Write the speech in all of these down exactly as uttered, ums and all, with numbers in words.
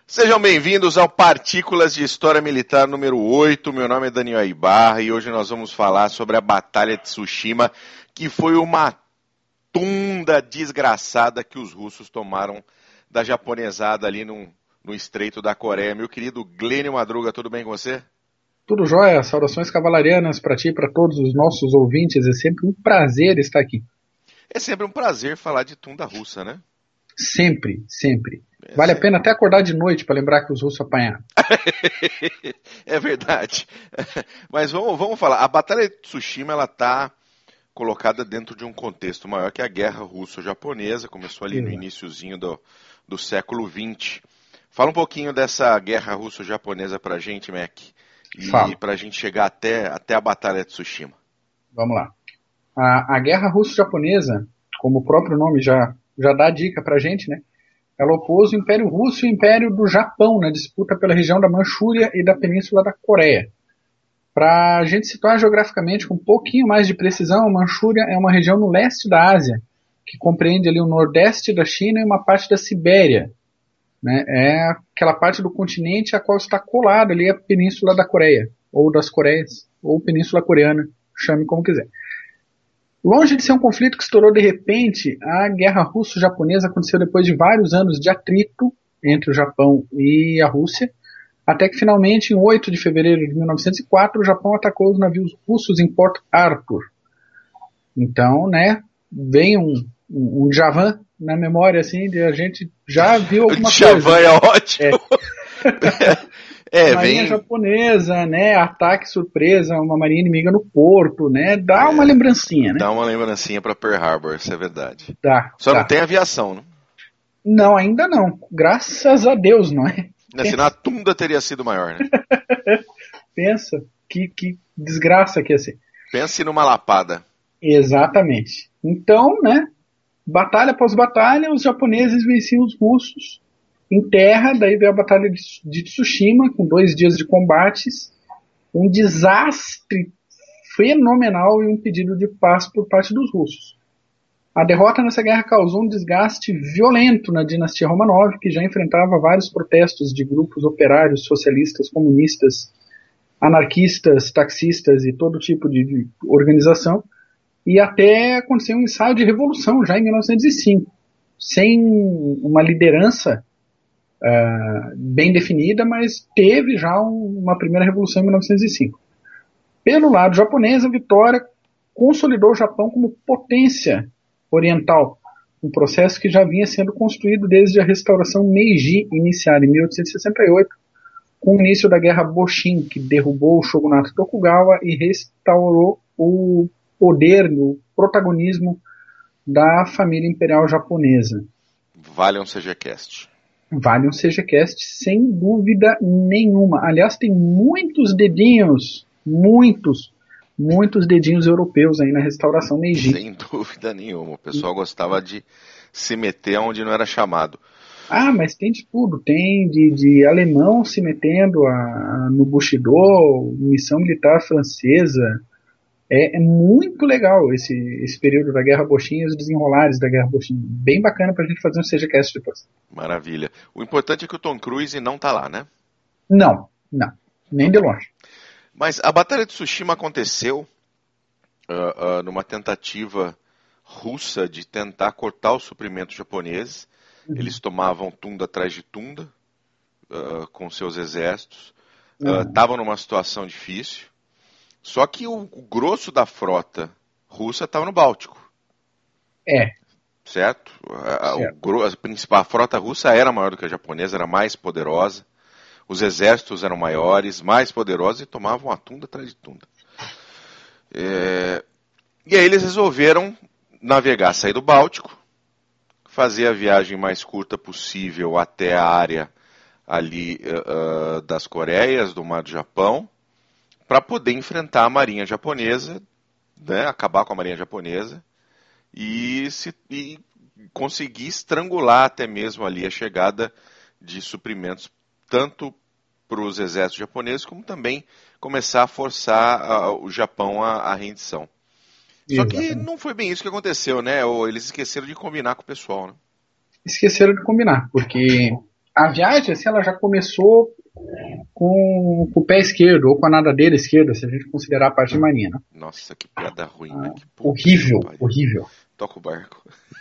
Sejam bem-vindos ao Partículas de História Militar número oito. Meu nome é Daniel Aibarra e hoje nós vamos falar sobre a Batalha de Tsushima, que foi uma tunda desgraçada que os russos tomaram da japonesada ali no, no Estreito da Coreia. Meu querido Glênio Madruga, tudo bem com você? Tudo jóia, saudações cavalarianas para ti e para todos os nossos ouvintes, é sempre um prazer estar aqui. É sempre um prazer falar de tunda russa, né? Sempre, sempre. É Vale a sempre. pena até acordar de noite para lembrar que os russos apanharam. É verdade. Mas vamos, vamos falar. A Batalha de Tsushima, ela está colocada dentro de um contexto maior que a Guerra Russo-Japonesa. Começou ali no Exato. iniciozinho do, do século vinte. Fala um pouquinho dessa Guerra Russo-Japonesa pra gente, Mac. E Falo, pra gente chegar até, até a Batalha de Tsushima. vamos lá. A, a guerra russo-japonesa, como o próprio nome já, já dá dica pra gente, né? Ela opôs o Império Russo e o Império do Japão na disputa pela região da Manchúria e da Península da Coreia. Para a gente situar geograficamente com um pouquinho mais de precisão, a Manchúria é uma região no leste da Ásia, que compreende ali o nordeste da China e uma parte da Sibéria. Né? É aquela parte do continente a qual está colada ali a Península da Coreia, ou das Coreias, ou Península Coreana, chame como quiser. Longe de ser um conflito que estourou de repente, a guerra russo-japonesa aconteceu depois de vários anos de atrito entre o Japão e a Rússia, até que finalmente, em oito de fevereiro de mil novecentos e quatro, o Japão atacou os navios russos em Port Arthur. Então, né, vem um, um, um Javan na memória, assim, de a gente já viu alguma coisa. Djavan é ótimo. É, é Marinha vem... japonesa, né, ataque surpresa, uma marinha inimiga no porto, né, dá uma lembrancinha, né? Dá uma lembrancinha pra Pearl Harbor, isso é verdade. Dá, Só não dá. tem aviação, né? Não, ainda não. Graças a Deus, não é? Senão a tunda teria sido maior, né? Pensa, que, que desgraça que ia ser. Pense numa lapada. Exatamente. Então, né, batalha após batalha, os japoneses venciam os russos em terra, daí veio a batalha de, de Tsushima, com dois dias de combates, um desastre fenomenal e um pedido de paz por parte dos russos. A derrota nessa guerra causou um desgaste violento na dinastia Romanov, que já enfrentava vários protestos de grupos operários, socialistas, comunistas, anarquistas, taxistas e todo tipo de, de organização, e até aconteceu um ensaio de revolução já em mil novecentos e cinco, sem uma liderança uh, bem definida, mas teve já um, uma primeira revolução em mil novecentos e cinco. Pelo lado japonês, a vitória consolidou o Japão como potência oriental, um processo que já vinha sendo construído desde a restauração Meiji, iniciada em mil oitocentos e sessenta e oito, com o início da Guerra Boshin, que derrubou o shogunato Tokugawa e restaurou o poder, o protagonismo da família imperial japonesa. Vale um CGCast. Vale um CGCast, sem dúvida nenhuma. Aliás, tem muitos dedinhos, muitos, muitos dedinhos europeus aí na restauração Meiji. Sem dúvida nenhuma. O pessoal gostava de se meter onde não era chamado. Ah, mas tem de tudo. Tem de, de alemão se metendo a, a, no Bushido, missão militar francesa. É, é muito legal esse, esse período da Guerra Boshin e os desenrolares da Guerra Boshin. Bem bacana pra gente fazer um CGCast depois. Maravilha. O importante é que o Tom Cruise não tá lá, né? Não, não. Nem de longe. Mas a Batalha de Tsushima aconteceu uh, uh, numa tentativa russa de tentar cortar os suprimentos japoneses. Uhum. Eles tomavam tunda atrás de tunda uh, com seus exércitos. Estavam uh, numa situação difícil. Só que o, o grosso da frota russa estava no Báltico. É. Certo? A, o, a, principal, a frota russa era maior do que a japonesa, era mais poderosa. Os exércitos eram maiores, mais poderosos e tomavam a tunda atrás de tunda. É, e aí eles resolveram navegar, sair do Báltico, fazer a viagem mais curta possível até a área ali uh, das Coreias, do Mar do Japão, para poder enfrentar a marinha japonesa, né, acabar com a marinha japonesa e, se, e conseguir estrangular até mesmo ali a chegada de suprimentos, tanto para os exércitos japoneses, como também começar a forçar a, o Japão à, à rendição. Exatamente. Só que não foi bem isso que aconteceu, né? Ou eles esqueceram de combinar com o pessoal, né? Esqueceram de combinar, porque a viagem, assim, ela já começou com, com o pé esquerdo, ou com a nadadeira esquerda, se a gente considerar a parte de marinha, né? Nossa, que piada ruim, né? Ah, Que puta que horrível, pariu. horrível. Toca o barco.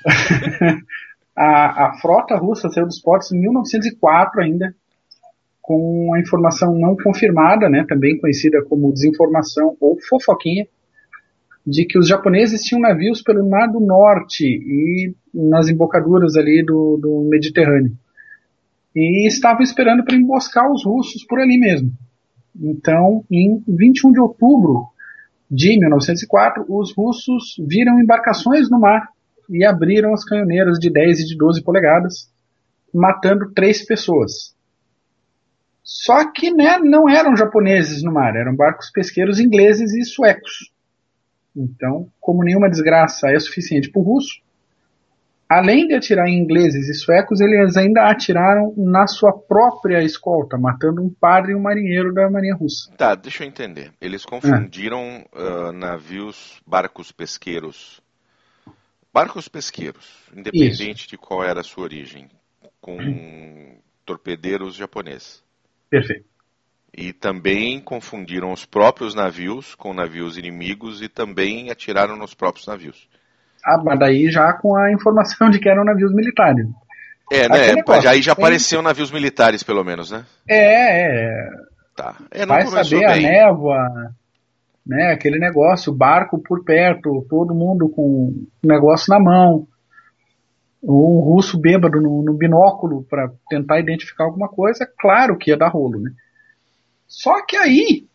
A, a frota russa saiu dos portos em mil novecentos e quatro ainda, com a informação não confirmada, né, também conhecida como desinformação ou fofoquinha, de que os japoneses tinham navios pelo Mar do Norte e nas embocaduras ali do, do Mediterrâneo. E estavam esperando para emboscar os russos por ali mesmo. Então, em vinte e um de outubro de mil novecentos e quatro, os russos viram embarcações no mar e abriram as canhoneiras de dez e de doze polegadas, matando três pessoas. Só que, né, não eram japoneses no mar, eram barcos pesqueiros ingleses e suecos. Então, como nenhuma desgraça é suficiente para o russo, além de atirar em ingleses e suecos, eles ainda atiraram na sua própria escolta, matando um padre e um marinheiro da marinha russa. Tá, deixa eu entender. Eles confundiram uh, navios, barcos pesqueiros, barcos pesqueiros, independente Isso. de qual era a sua origem, com torpedeiros japoneses. Perfeito. E também confundiram os próprios navios com navios inimigos e também atiraram nos próprios navios. Ah, mas daí já com a informação de que eram navios militares. É, né? Negócio, aí já apareciam navios militares, pelo menos, né? É, é. Tá. É, não Vai começou saber bem. A névoa, né? Aquele negócio, barco por perto, todo mundo com um negócio na mão. Um russo bêbado no, no binóculo para tentar identificar alguma coisa, claro que ia dar rolo, né? Só que aí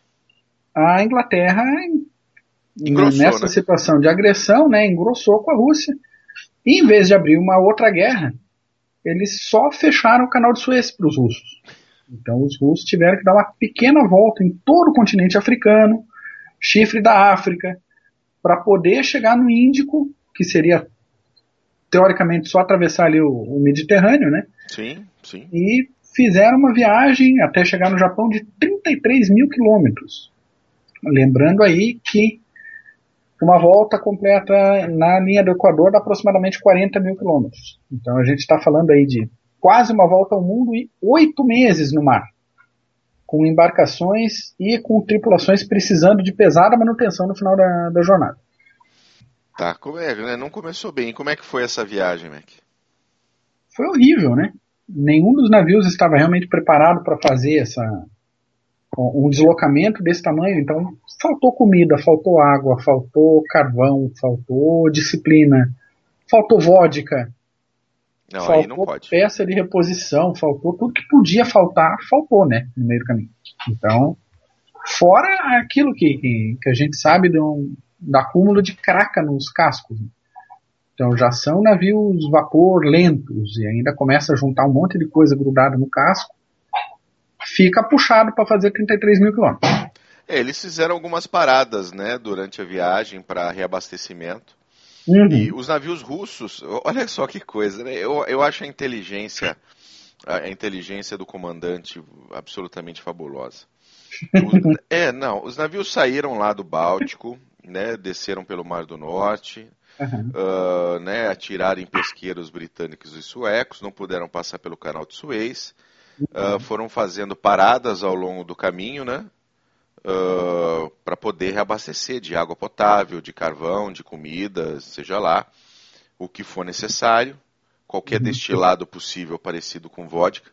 a Inglaterra, Engrossou, nessa né? situação de agressão, né, engrossou com a Rússia. E em vez de abrir uma outra guerra, eles só fecharam o canal de Suez para os russos. Então os russos tiveram que dar uma pequena volta em todo o continente africano, chifre da África, para poder chegar no Índico, que seria teoricamente só atravessar ali o, o Mediterrâneo, né? Sim, sim. E fizeram uma viagem até chegar no Japão de trinta e três mil quilômetros. Lembrando aí que uma volta completa na linha do Equador dá aproximadamente quarenta mil quilômetros. Então a gente está falando aí de quase uma volta ao mundo e oito meses no mar, com embarcações e com tripulações precisando de pesada manutenção no final da, da jornada. Tá, como é, né? Não começou bem. Como é que foi essa viagem, Mac? Foi horrível, né? Nenhum dos navios estava realmente preparado para fazer essa, um deslocamento desse tamanho. Então faltou comida, faltou água, faltou carvão, faltou disciplina, faltou vodka, Não, aí não faltou pode. peça de reposição, faltou tudo que podia faltar, faltou, né, no meio do caminho. Então, fora aquilo que, que, que a gente sabe do, do acúmulo de craca nos cascos. Então já são navios vapor lentos e ainda começa a juntar um monte de coisa grudada no casco, fica puxado para fazer trinta e três mil quilômetros. É, eles fizeram algumas paradas, né, durante a viagem para reabastecimento. Uhum. E os navios russos, olha só que coisa, né? Eu, eu acho a inteligência, a inteligência do comandante absolutamente fabulosa. Os, é, não, os navios saíram lá do Báltico, né, desceram pelo Mar do Norte, Uhum. uh, né, atiraram em pesqueiros britânicos e suecos, não puderam passar pelo Canal de Suez, uh, foram fazendo paradas ao longo do caminho, né? Uh, para poder reabastecer de água potável, de carvão, de comida, seja lá, o que for necessário, qualquer uhum. destilado possível parecido com vodka.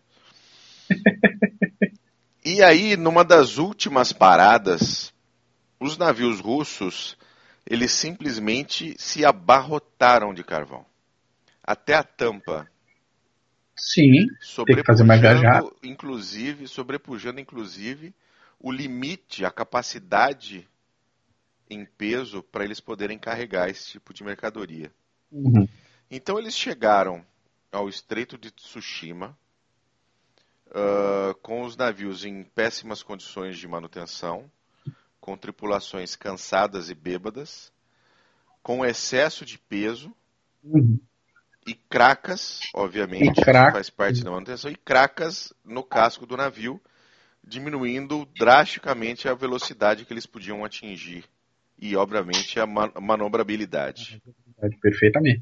E aí, numa das últimas paradas, os navios russos, eles simplesmente se abarrotaram de carvão. Até a tampa. Sim, tem que fazer mais viajado. Inclusive, sobrepujando, inclusive, o limite, a capacidade em peso para eles poderem carregar esse tipo de mercadoria. Uhum. Então eles chegaram ao Estreito de Tsushima uh, com os navios em péssimas condições de manutenção, com tripulações cansadas e bêbadas, com excesso de peso uhum. e cracas, obviamente, e crack. isso faz parte da manutenção, e cracas no casco do navio, diminuindo drasticamente a velocidade que eles podiam atingir e, obviamente, a man- manobrabilidade. Perfeitamente.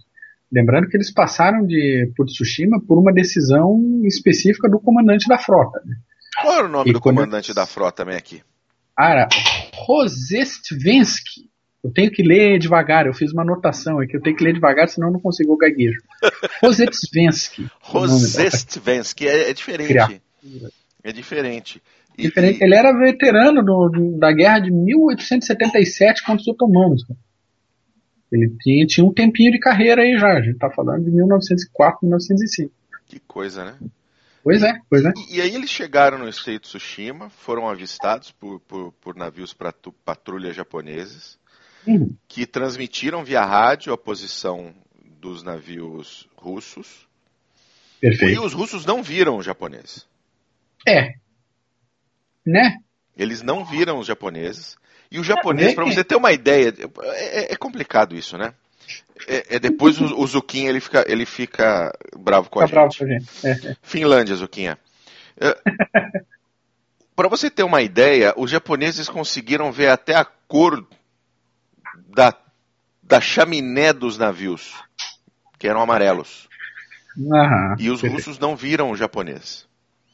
Lembrando que eles passaram de, por Tsushima por uma decisão específica do comandante da frota. Né? Qual era o nome e do comandante da frota também aqui? Era Rozestvensky. Eu tenho que ler devagar, eu fiz uma anotação aqui, eu tenho que ler devagar, senão eu não consigo o gaguejo. Rozestvensky. Rozestvensky, é, é diferente. Criar. É diferente. E, diferente. E... Ele era veterano do, da guerra de mil oitocentos e setenta e sete contra os otomanos. Ele tinha, tinha um tempinho de carreira aí já, a gente tá falando de mil novecentos e quatro, mil novecentos e cinco. Que coisa, né? Pois é, pois é. E, e aí eles chegaram no Estreito de Tsushima, foram avistados por, por, por navios patrulha japoneses, uhum. que transmitiram via rádio a posição dos navios russos. Perfeito. E os russos não viram os japoneses. É. Né? Eles não viram os japoneses. E os japoneses, para você ter uma ideia, é, é complicado isso, né? É, é depois o, o Zuquinha ele fica, ele fica bravo com fica a gente. Bravo com a gente. É, é. Finlândia, Zuquinha. É, para você ter uma ideia, os japoneses conseguiram ver até a cor da, da chaminé dos navios, que eram amarelos. Aham, e os russos não viram o japonês.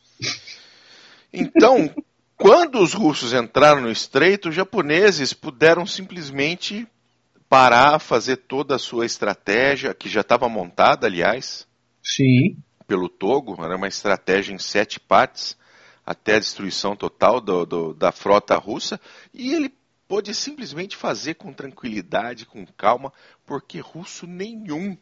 Então, quando os russos entraram no estreito, os japoneses puderam simplesmente parar, fazer toda a sua estratégia, que já estava montada, aliás, Sim. pelo Togo, era uma estratégia em sete partes, até a destruição total do, do, da frota russa, e ele pôde simplesmente fazer com tranquilidade, com calma, porque russo nenhum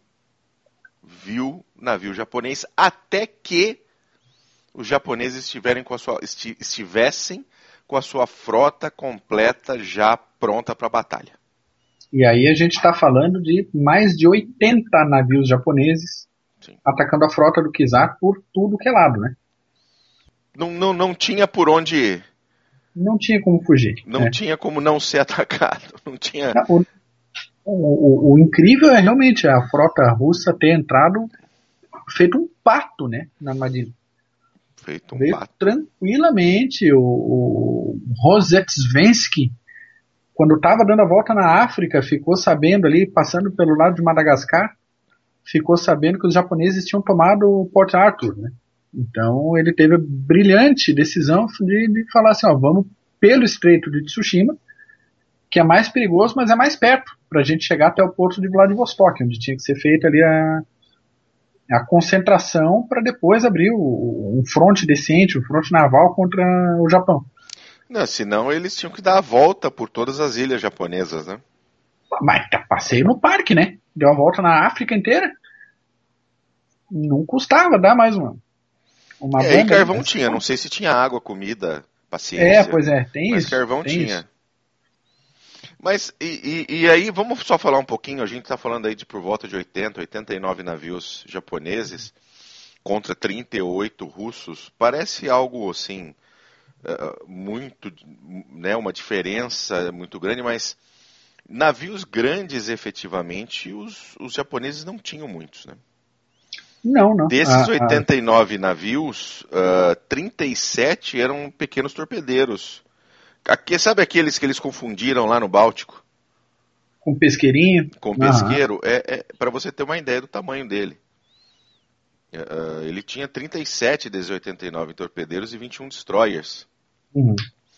viu navio japonês, até que os japoneses estiverem com a sua, esti, estivessem com a sua frota completa já pronta para a batalha. E aí a gente está falando de mais de oitenta navios japoneses Sim. atacando a frota do Kizar por tudo que é lado, né? Não, não, não tinha por onde... Não tinha como fugir. Não né? tinha como não ser atacado. Não tinha... Não, o, o, o incrível é realmente a frota russa ter entrado, feito um pato, né, na armadilha. Feito um Veio pato. tranquilamente. O, o Rozestvensky, quando estava dando a volta na África, ficou sabendo ali, passando pelo lado de Madagascar, ficou sabendo que os japoneses tinham tomado Port Arthur, né? Então ele teve a brilhante decisão de, de falar assim, ó, vamos pelo Estreito de Tsushima, que é mais perigoso, mas é mais perto, para a gente chegar até o porto de Vladivostok, onde tinha que ser feita ali a, a concentração para depois abrir o, um fronte decente, um fronte naval contra o Japão. Não, senão eles tinham que dar a volta por todas as ilhas japonesas, né? Mas tá, passeio no parque, né? Deu a volta na África inteira. Não custava dar mais uma. uma é, e carvão aí, tinha, não sei se tinha água, comida, paciência. É, pois é, tem mas isso. Mas carvão tem tinha. Isso. Mas, e, e, e aí, vamos só falar um pouquinho, a gente está falando aí de por volta de oitenta, oitenta e nove navios japoneses contra trinta e oito russos. Parece algo, assim, uh, muito, né, uma diferença muito grande, mas navios grandes, efetivamente, os, os japoneses não tinham muitos, né? Não, não. Desses ah, oitenta e nove ah. navios, uh, trinta e sete eram pequenos torpedeiros. Aqui, sabe aqueles que eles confundiram lá no Báltico? Com pesqueirinho? Com pesqueiro? É, é, para você ter uma ideia do tamanho dele. Uh, ele tinha trinta e sete desses oitenta e nove torpedeiros e vinte e um destroyers. Uhum.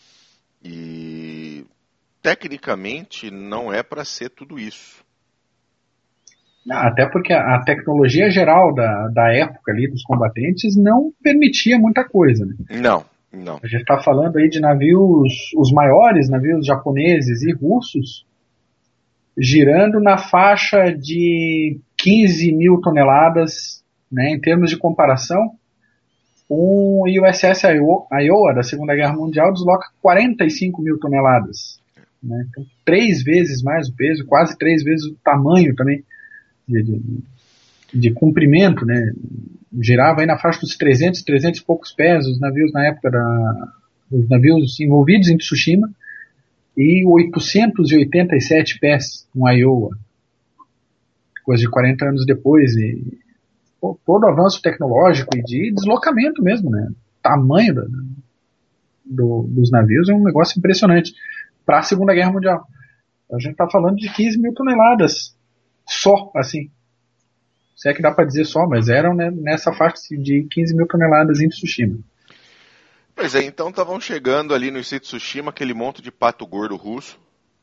E tecnicamente não é para ser tudo isso. Até porque a tecnologia geral da, da época ali dos combatentes não permitia muita coisa, né? Não, não. A gente está falando aí de navios, os maiores navios japoneses e russos, girando na faixa de quinze mil toneladas, né? Em termos de comparação, o U S S Iowa da Segunda Guerra Mundial desloca quarenta e cinco mil toneladas, né? Então, três vezes mais o peso, quase três vezes o tamanho também. De, de, de comprimento, né? Girava aí na faixa dos trezentos, trezentos e poucos pés os navios na época da, os navios envolvidos em Tsushima, e oitocentos e oitenta e sete pés no Iowa, coisa de quarenta anos depois, e pô, todo o avanço tecnológico e de deslocamento mesmo, né? Tamanho da, do, dos navios é um negócio impressionante para a Segunda Guerra Mundial. A gente está falando de quinze mil toneladas só, assim. Se é que dá para dizer só, mas eram, né, nessa faixa de quinze mil toneladas em Tsushima. Pois é, então estavam chegando ali no Issei Tsushima aquele monte de pato gordo russo.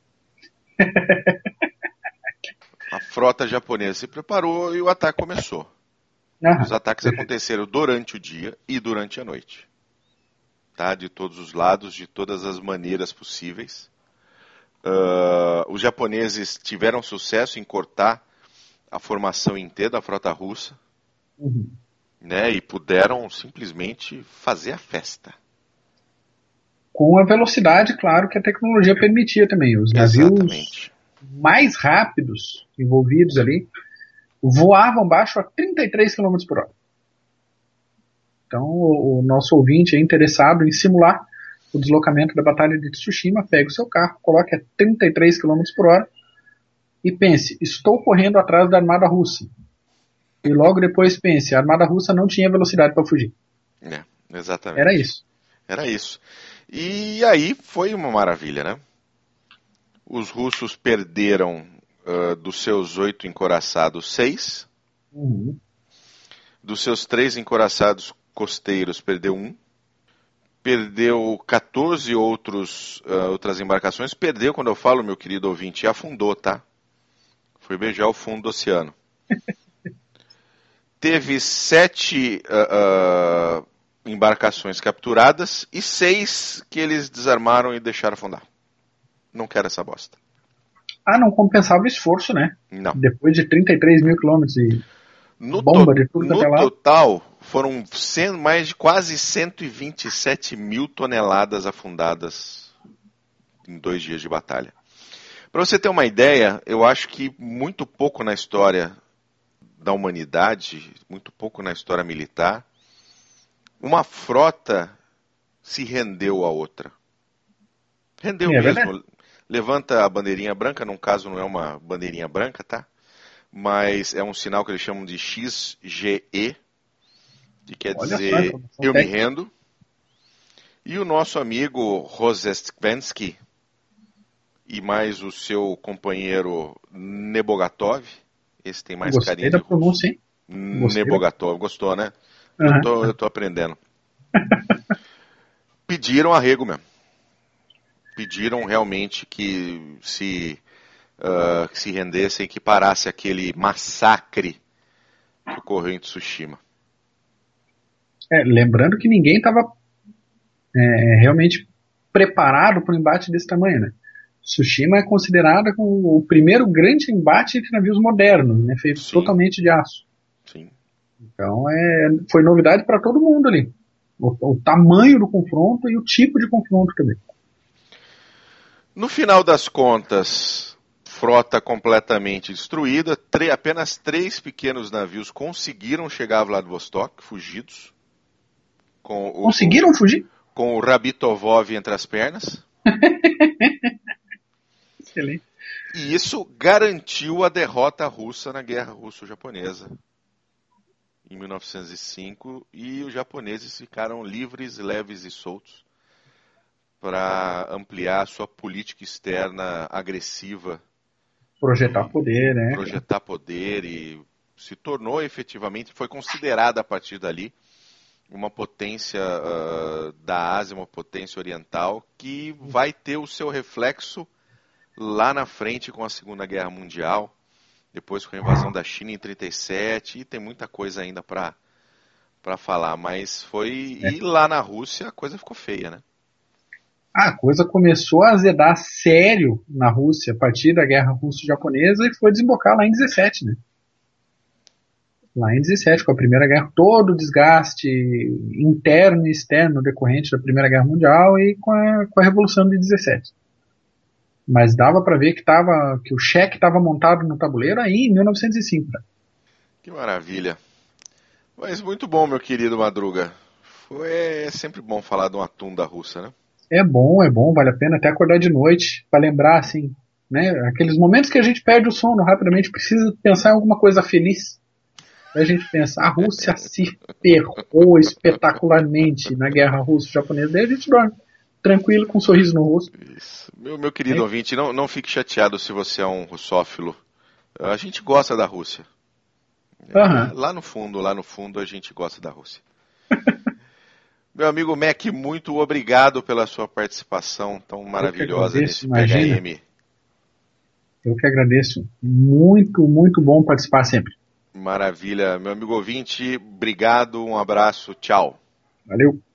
A frota japonesa se preparou e o ataque começou. Aham, Os ataques aconteceram durante o dia e durante a noite. Tá? De todos os lados, de todas as maneiras possíveis. Uh, os japoneses tiveram sucesso em cortar a formação inteira da frota russa. uhum. Né, e puderam simplesmente fazer a festa. Com a velocidade, claro, que a tecnologia permitia também. Os navios Exatamente. mais rápidos envolvidos ali voavam baixo a trinta e três quilômetros por hora. Então, o, o nosso ouvinte é interessado em simular o deslocamento da Batalha de Tsushima, pegue o seu carro, coloque a trinta e três quilômetros por hora e pense, estou correndo atrás da armada russa. E logo depois pense, a armada russa não tinha velocidade para fugir. É, exatamente. Era isso. Era isso. E aí foi uma maravilha, né? Os russos perderam uh, dos seus oito encoraçados, seis. Uhum. Dos seus três encoraçados costeiros, perdeu um. Perdeu quatorze outros, uh, outras embarcações. Perdeu, quando eu falo, meu querido ouvinte, afundou, tá? Foi beijar o fundo do oceano. Teve sete uh, uh, embarcações capturadas e seis que eles desarmaram e deixaram afundar. Não quero essa bosta. Ah, não compensava o esforço, né? Não. Depois de trinta e três mil quilômetros e no bomba to- de tudo no até lá. total, foram cem, mais de quase cento e vinte e sete mil toneladas afundadas em dois dias de batalha. Para você ter uma ideia, eu acho que muito pouco na história da humanidade, muito pouco na história militar, uma frota se rendeu à outra. Rendeu É mesmo. verdade. Levanta a bandeirinha branca, no caso não é uma bandeirinha branca, tá? Mas é um sinal que eles chamam de X G E, que quer Olha só, dizer informação eu me técnica. rendo. E o nosso amigo Rozhestvensky e mais o seu companheiro Nebogatov, esse tem mais Gostei carinha de da russo. pronúncia, hein? Gostei da... Nebogatov, gostou, né? Eu Aham. tô, eu tô aprendendo. Pediram arrego mesmo. Pediram realmente que se, uh, que se rendessem, que parasse aquele massacre que ocorreu em Tsushima. É, lembrando que ninguém estava é, realmente preparado para um embate desse tamanho, né? Tsushima é considerada como o primeiro grande embate entre navios modernos, né? Feito Sim, totalmente de aço. sim. Então é, foi novidade para todo mundo ali. O, o tamanho do confronto e o tipo de confronto também. No final das contas, frota completamente destruída, tre- apenas três pequenos navios conseguiram chegar a Vladivostok, fugidos, com o, Conseguiram o, fugir? com o Rabitovov entre as pernas. Excelente. E isso garantiu a derrota russa na Guerra Russo-Japonesa em mil novecentos e cinco, e os japoneses ficaram livres, leves e soltos para ampliar sua política externa agressiva, Projetar e poder, né? projetar poder, e se tornou efetivamente, foi considerada a partir dali uma potência uh, da Ásia, uma potência oriental, que vai ter o seu reflexo lá na frente com a Segunda Guerra Mundial, depois com a invasão da China em trinta e sete, e tem muita coisa ainda para para falar, mas foi... É. E lá na Rússia a coisa ficou feia, né? A coisa começou a azedar sério na Rússia a partir da Guerra Russo-Japonesa e foi desembocar lá em dezessete, né? Lá em dezessete, com a Primeira Guerra, todo o desgaste interno e externo decorrente da Primeira Guerra Mundial e com a, com a Revolução de dezessete. Mas dava para ver que, tava, que o cheque estava montado no tabuleiro aí em mil novecentos e cinco. Né? Que maravilha. Mas muito bom, meu querido Madruga. Foi é sempre bom falar de um atum da Rússia, né? É bom, é bom, vale a pena até acordar de noite para lembrar, assim, né? Aqueles momentos que a gente perde o sono rapidamente, precisa pensar em alguma coisa feliz. Aí a gente pensa, a Rússia se ferrou espetacularmente na guerra russo-japonesa, daí a gente dorme tranquilo, com um sorriso no rosto. Isso. Meu, meu querido É. ouvinte, não, não fique chateado se você é um russófilo. A gente gosta da Rússia. Uhum. Lá no fundo, lá no fundo a gente gosta da Rússia. Meu amigo Mac, muito obrigado pela sua participação tão maravilhosa agradeço, nesse P H imagina. M. Eu que agradeço. Muito, muito bom participar sempre. Maravilha. Meu amigo ouvinte, obrigado, um abraço, tchau. Valeu.